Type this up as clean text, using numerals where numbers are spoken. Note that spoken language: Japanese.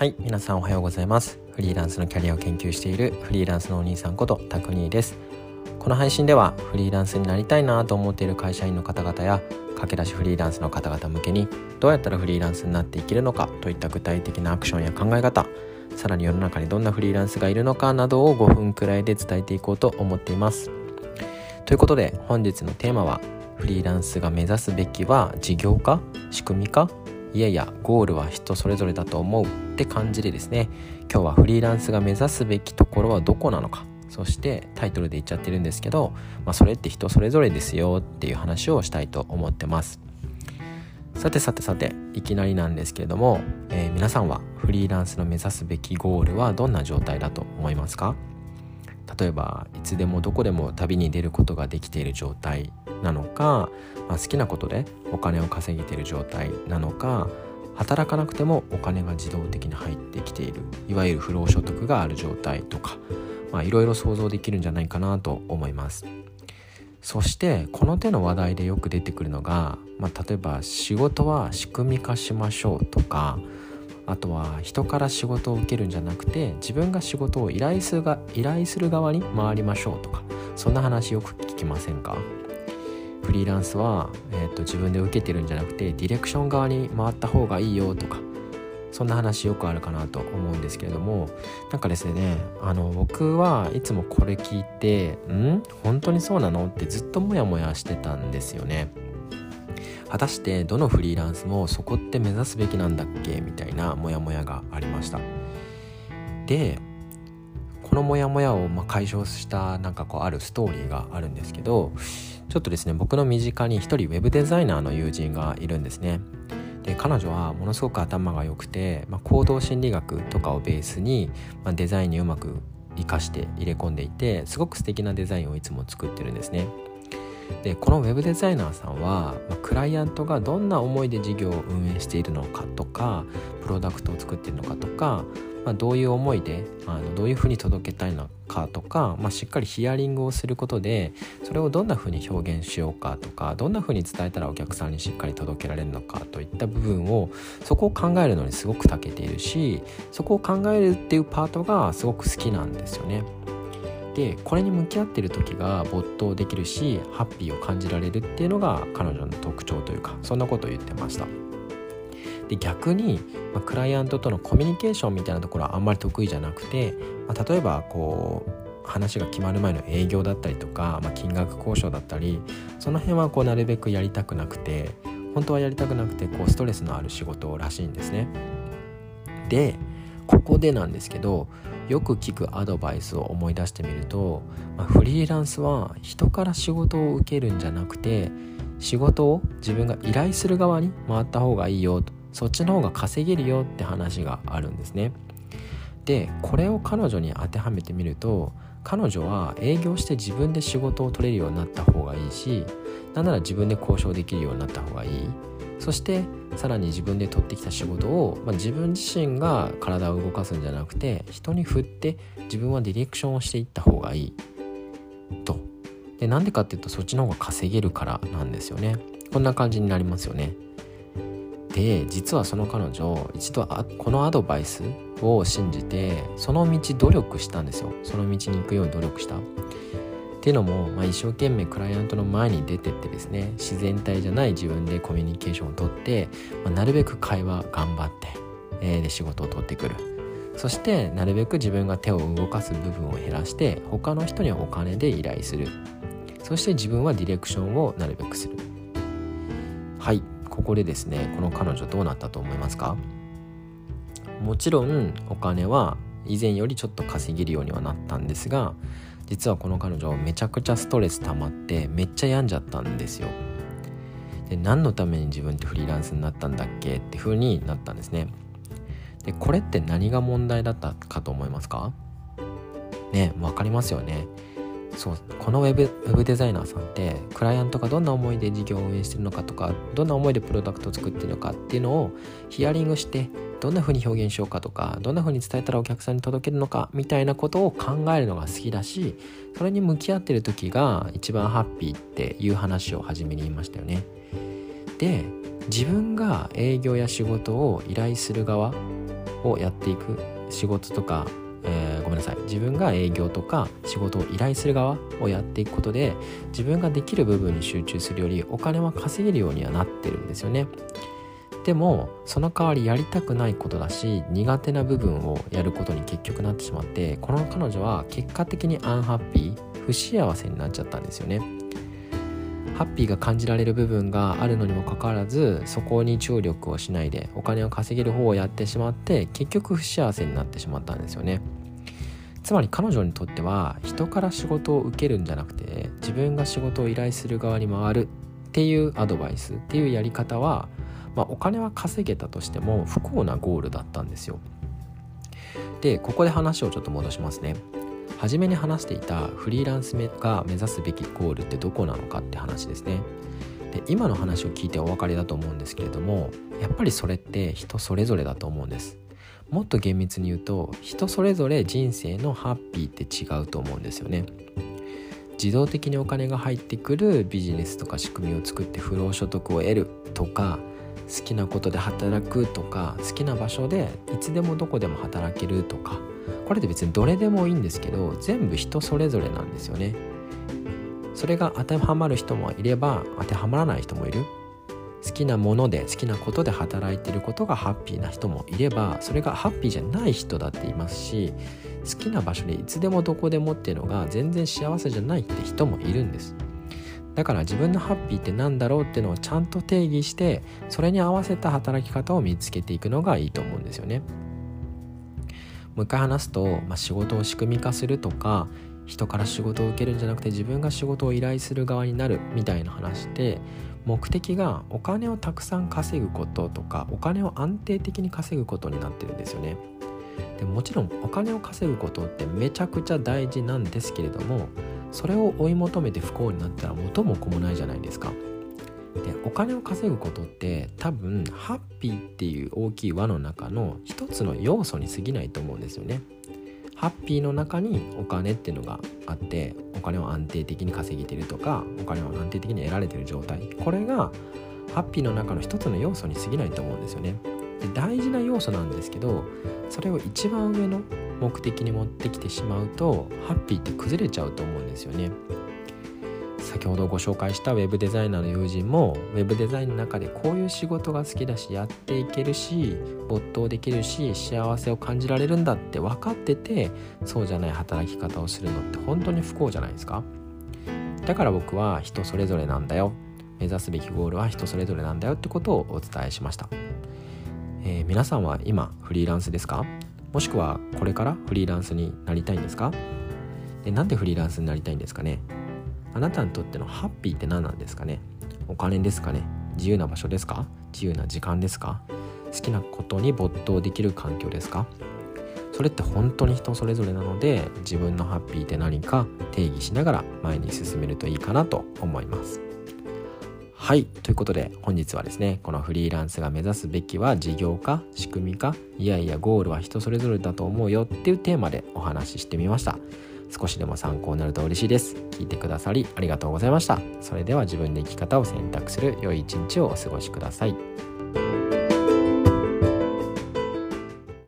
はい、皆さんおはようございます。フリーランスのキャリアを研究しているフリーランスのお兄さんことタクニーです。この配信ではフリーランスになりたいなと思っている会社員の方々や駆け出しフリーランスの方々向けにどうやったらフリーランスになっていけるのかといった具体的なアクションや考え方、さらに世の中にどんなフリーランスがいるのかなどを5分くらいで伝えていこうと思っています。ということで本日のテーマは、フリーランスが目指すべきは事業か仕組みか、いやいやゴールは人それぞれだと思うって感じでですね、今日はフリーランスが目指すべきところはどこなのか、そしてタイトルで言っちゃってるんですけど、それって人それぞれですよっていう話をしたいと思ってます。さていきなりなんですけれども、皆さんはフリーランスの目指すべきゴールはどんな状態だと思いますか？例えばいつでもどこでも旅に出ることができている状態なのか、好きなことでお金を稼げている状態なのか、働かなくてもお金が自動的に入ってきている、いわゆる不労所得がある状態とか、いろいろ想像できるんじゃないかなと思います。そしてこの手の話題でよく出てくるのが、例えば仕事は仕組み化しましょうとか、あとは人から仕事を受けるんじゃなくて自分が仕事を依頼する側に回りましょうとか、そんな話よく聞きませんか？フリーランスは、自分で受けてるんじゃなくてディレクション側に回った方がいいよとか、そんな話よくあるかなと思うんですけれども、なんかですね、僕はいつもこれ聞いて本当にそうなのってずっとモヤモヤしてたんですよね。果たしてどのフリーランスもそこって目指すべきなんだっけみたいなモヤモヤがありました。でこのモヤモヤを解消したあるストーリーがあるんですけど、ちょっとですね、僕の身近に一人ウェブデザイナーの友人がいるんですね。で彼女はものすごく頭が良くて、行動心理学とかをベースに、デザインにうまく活かして入れ込んでいて、すごく素敵なデザインをいつも作ってるんですね。でこのウェブデザイナーさんは、クライアントがどんな思いで事業を運営しているのかとか、プロダクトを作っているのかとか、どういう思いでどういうふうに届けたいのかとか、しっかりヒアリングをすることで、それをどんなふうに表現しようかとか、どんなふうに伝えたらお客さんにしっかり届けられるのかといった部分を、そこを考えるのにすごく長けているし、そこを考えるっていうパートがすごく好きなんですよね。でこれに向き合っている時が没頭できるし、ハッピーを感じられるっていうのが彼女の特徴というか、そんなことを言ってました。で逆に、クライアントとのコミュニケーションみたいなところはあんまり得意じゃなくて、例えば話が決まる前の営業だったりとか、金額交渉だったり、その辺はなるべくやりたくなくて、本当はやりたくなくてストレスのある仕事らしいんですね。でここでなんですけど、よく聞くアドバイスを思い出してみると、フリーランスは人から仕事を受けるんじゃなくて、仕事を自分が依頼する側に回った方がいいよと、そっちの方が稼げるよって話があるんですね。でこれを彼女に当てはめてみると、彼女は営業して自分で仕事を取れるようになった方がいいし、なんなら自分で交渉できるようになった方がいい。そしてさらに自分で取ってきた仕事を、自分自身が体を動かすんじゃなくて、人に振って自分はディレクションをしていった方がいいと。でなんでかっていうと、そっちの方が稼げるからなんですよね。こんな感じになりますよね。で実はその彼女、一度このアドバイスを信じてその道努力したんですよ。その道に行くように努力したっていうのも、一生懸命クライアントの前に出てってですね、自然体じゃない自分でコミュニケーションを取って、なるべく会話頑張って、で仕事を取ってくる。そしてなるべく自分が手を動かす部分を減らして、他の人にはお金で依頼する。そして自分はディレクションをなるべくする。はい、ここでですね、この彼女どうなったと思いますか？もちろんお金は以前よりちょっと稼げるようにはなったんですが、実はこの彼女めちゃくちゃストレス溜まってめっちゃ病んじゃったんですよ。で何のために自分ってフリーランスになったんだっけって風になったんですね。でこれって何が問題だったかと思いますかね？わかりますよね。そうこのウェブデザイナーさんってクライアントがどんな思いで事業を運営しているのかとか、どんな思いでプロダクトを作っているのかっていうのをヒアリングして、どんな風に表現しようかとか、どんな風に伝えたらお客さんに届けるのかみたいなことを考えるのが好きだし、それに向き合っている時が一番ハッピーっていう話を初めに言いましたよね。で自分が営業や仕事を依頼する側をやっていく仕事とか、自分が営業とか仕事を依頼する側をやっていくことで、自分ができる部分に集中するよりお金は稼げるようにはなってるんですよね。でもその代わりやりたくないことだし、苦手な部分をやることに結局なってしまって、この彼女は結果的にアンハッピー、不幸せになっちゃったんですよね。ハッピーが感じられる部分があるのにもかかわらず、そこに注力をしないでお金を稼げる方をやってしまって、結局不幸せになってしまったんですよね。つまり彼女にとっては、人から仕事を受けるんじゃなくて自分が仕事を依頼する側に回るっていうアドバイスっていうやり方は、お金は稼げたとしても不幸なゴールだったんですよ。で、ここで話をちょっと戻しますね。初めに話していたフリーランスが目指すべきゴールってどこなのかって話ですね。で、今の話を聞いてお分かりだと思うんですけれども、やっぱりそれって人それぞれだと思うんです。もっと厳密に言うと、人それぞれ人生のハッピーって違うと思うんですよね。自動的にお金が入ってくるビジネスとか仕組みを作って不労所得を得るとか、好きなことで働くとか、好きな場所でいつでもどこでも働けるとか、これで別にどれでもいいんですけど、全部人それぞれなんですよね。それが当てはまる人もいれば当てはまらない人もいる。好きなもので好きなことで働いていることがハッピーな人もいれば、それがハッピーじゃない人だっていますし、好きな場所でいつでもどこでもっていうのが全然幸せじゃないって人もいるんです。だから自分のハッピーってなんだろうっていうのをちゃんと定義して、それに合わせた働き方を見つけていくのがいいと思うんですよね。もう一回話すと、仕事を仕組み化するとか、人から仕事を受けるんじゃなくて自分が仕事を依頼する側になるみたいな話で、目的がお金をたくさん稼ぐこととか、お金を安定的に稼ぐことになってるんですよね。でもちろんお金を稼ぐことってめちゃくちゃ大事なんですけれども、それを追い求めて不幸になったら元も子もないじゃないですか。で、お金を稼ぐことって多分ハッピーっていう大きい輪の中の一つの要素に過ぎないと思うんですよね。ハッピーの中にお金っていうのがあって、お金を安定的に稼げてるとか、お金を安定的に得られてる状態、これがハッピーの中の一つの要素に過ぎないと思うんですよね。で、大事な要素なんですけど、それを一番上の目的に持ってきてしまうと、ハッピーって崩れちゃうと思うんですよね。先ほどご紹介したウェブデザイナーの友人も、ウェブデザインの中でこういう仕事が好きだし、やっていけるし、没頭できるし、幸せを感じられるんだって分かってて、そうじゃない働き方をするのって本当に不幸じゃないですか。だから僕は人それぞれなんだよ、目指すべきゴールは人それぞれなんだよってことをお伝えしました。皆さんは今フリーランスですか？もしくはこれからフリーランスになりたいんですか？で、なんでフリーランスになりたいんですかね？あなたにとってのハッピーって何なんですかね？お金ですかね？自由な場所ですか？自由な時間ですか？好きなことに没頭できる環境ですか？それって本当に人それぞれなので、自分のハッピーって何か定義しながら前に進めるといいかなと思います。はい、ということで本日はですね、このフリーランスが目指すべきは事業か仕組みか、いやいやゴールは人それぞれだと思うよっていうテーマでお話ししてみました。少しでも参考になると嬉しいです。聞いてくださりありがとうございました。それでは自分で生き方を選択する良い一日をお過ごしください。